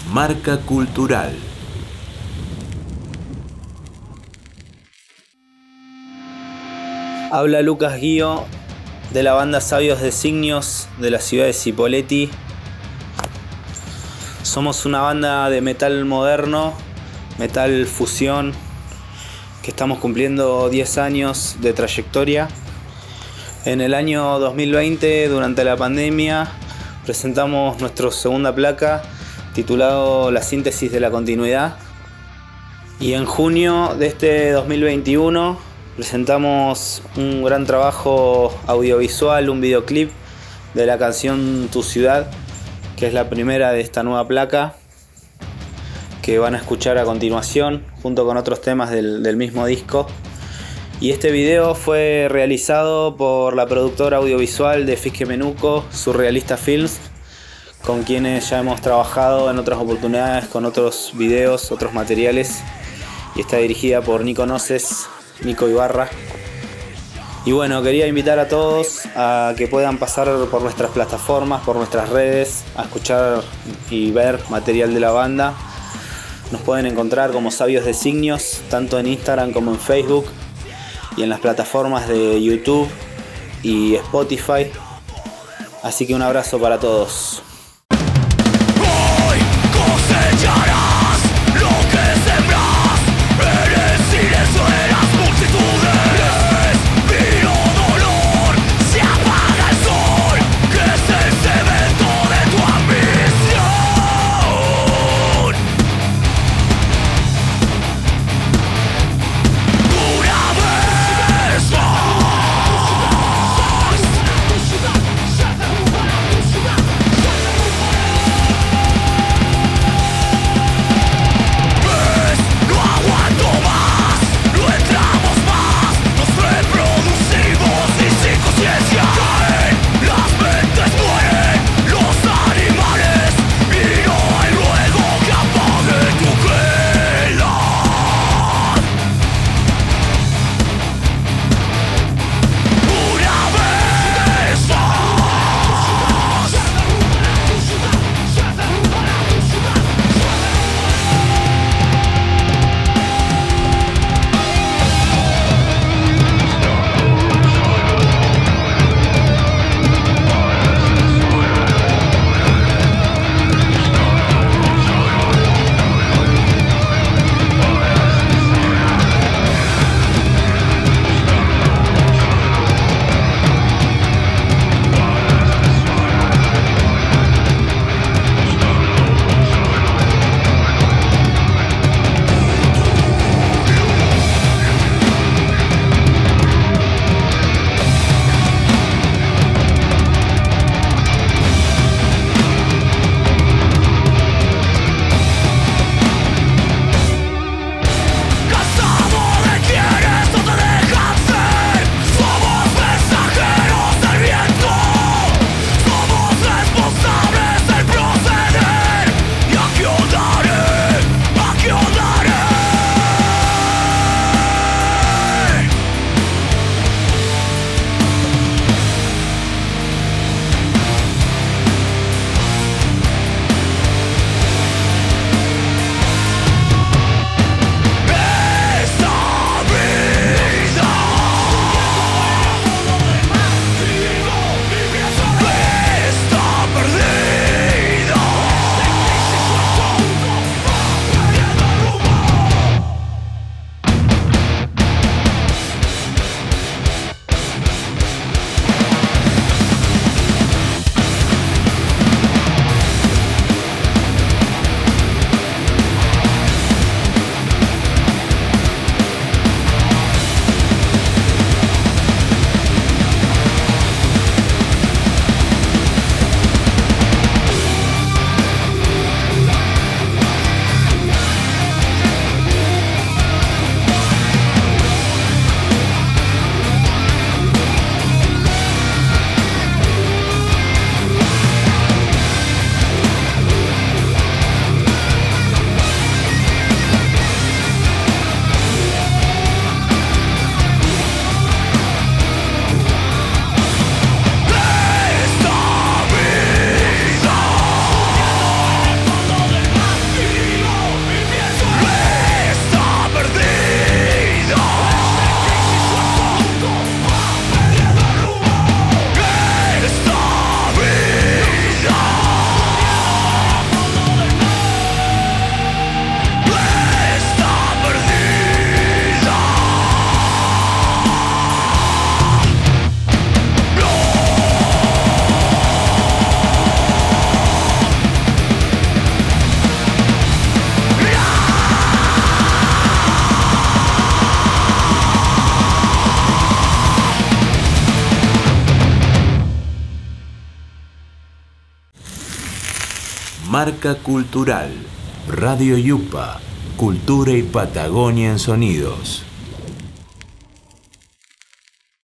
Marca Cultural. Habla Lucas Guío de la banda Sabios Designios de la ciudad de Cipolletti. Somos una banda de metal moderno, metal fusión, que estamos cumpliendo 10 años de trayectoria. En el año 2020, durante la pandemia, presentamos nuestra segunda placa titulado La síntesis de la continuidad. Y en junio de este 2021 presentamos un gran trabajo audiovisual, un videoclip de la canción Tu Ciudad, que es la primera de esta nueva placa, que van a escuchar a continuación, junto con otros temas del mismo disco. Y este video fue realizado por la productora audiovisual de Fisque Menuco, Surrealista Films, con quienes ya hemos trabajado en otras oportunidades, con otros videos, otros materiales. Y está dirigida por Nico Ibarra. Y bueno, quería invitar a todos a que puedan pasar por nuestras plataformas, por nuestras redes, a escuchar y ver material de la banda. Nos pueden encontrar como Sabios Designios, tanto en Instagram como en Facebook, y en las plataformas de YouTube y Spotify. Así que un abrazo para todos. Hoy cosecharás lo que sembras en el silencio de las multitudes. Respiro dolor, se apaga el sol, que es el cemento de tu ambición. Una vez más. Marca Cultural. Radio Yupa. Cultura y Patagonia en sonidos.